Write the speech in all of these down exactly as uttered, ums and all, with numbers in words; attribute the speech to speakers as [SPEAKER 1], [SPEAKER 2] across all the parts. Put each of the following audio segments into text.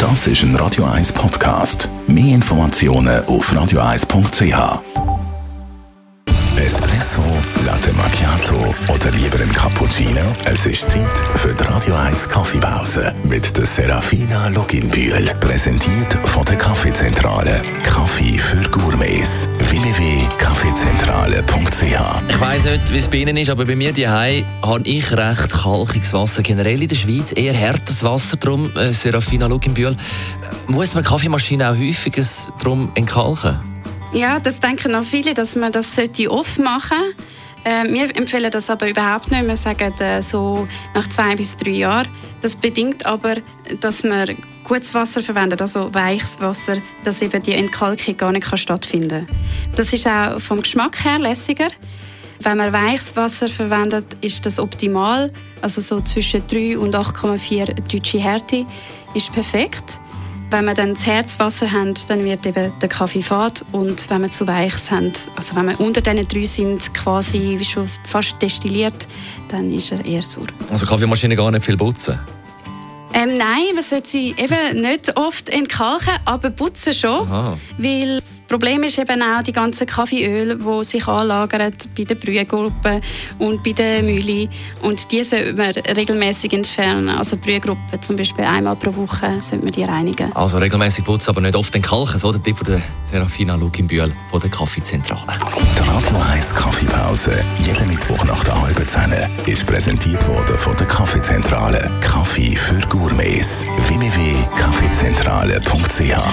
[SPEAKER 1] Das ist ein Radio eins Podcast. Mehr Informationen auf radio eins punkt c h. Espresso, Latte Macchiato oder lieber ein Cappuccino? Es ist Zeit für die Radio eins Kaffeepause mit der Serafina Loginbühl. Präsentiert von der Kaffeezentrale. Kaffee für Gourmets. w w w punkt kaffeezentrale punkt c h.
[SPEAKER 2] Ich weiss nicht, wie es bei Ihnen ist, aber bei mir daheim habe ich recht kalkiges Wasser. Generell in der Schweiz eher härteres Wasser. Darum, äh, Serafina Loginbühl, muss man die Kaffeemaschine auch häufiger drum entkalken?
[SPEAKER 3] Ja, das denken auch viele, dass man das oft machen sollte. Äh, wir empfehlen das aber überhaupt nicht. Wir sagen äh, so nach zwei bis drei Jahren. Das bedingt aber, dass man gutes Wasser verwendet, also weiches Wasser, dass eben die Entkalkung gar nicht stattfinden kann. Das ist auch vom Geschmack her lässiger. Wenn man weiches Wasser verwendet, ist das optimal. Also so zwischen drei und acht Komma vier deutsche Härte ist perfekt. Wenn wir dann das Herzwasser haben, dann wird eben der Kaffee fad. Und wenn wir zu weiches haben, also wenn wir unter diesen drei sind, quasi wie schon fast destilliert, dann ist er eher sauer.
[SPEAKER 2] Also Kaffeemaschine gar nicht viel putzen?
[SPEAKER 3] Ähm, nein, man sollte sie eben nicht oft entkalken, aber putzen schon. Aha. Weil das Problem ist eben auch die ganzen Kaffeeöl, die sich anlagern bei den Brühgruppen und bei den Mühlen. Und die sollte man regelmäßig entfernen. Also Brühgruppen zum Beispiel einmal pro Woche sollte man die reinigen. Also regelmäßig putzen, aber nicht oft entkalken. So der Tipp von der Serafina Loginbühl von der Kaffeezentrale.
[SPEAKER 1] Die Radio eins Kaffeepause, jeden Mittwoch nach der halben Zehn, ist präsentiert worden von der Kaffeezentrale. Kaffee für Gourmets. w w w punkt kaffeezentrale punkt c h.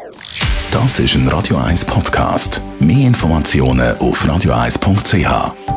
[SPEAKER 1] Das ist ein Radio eins Podcast. Mehr Informationen auf radio eins punkt c h.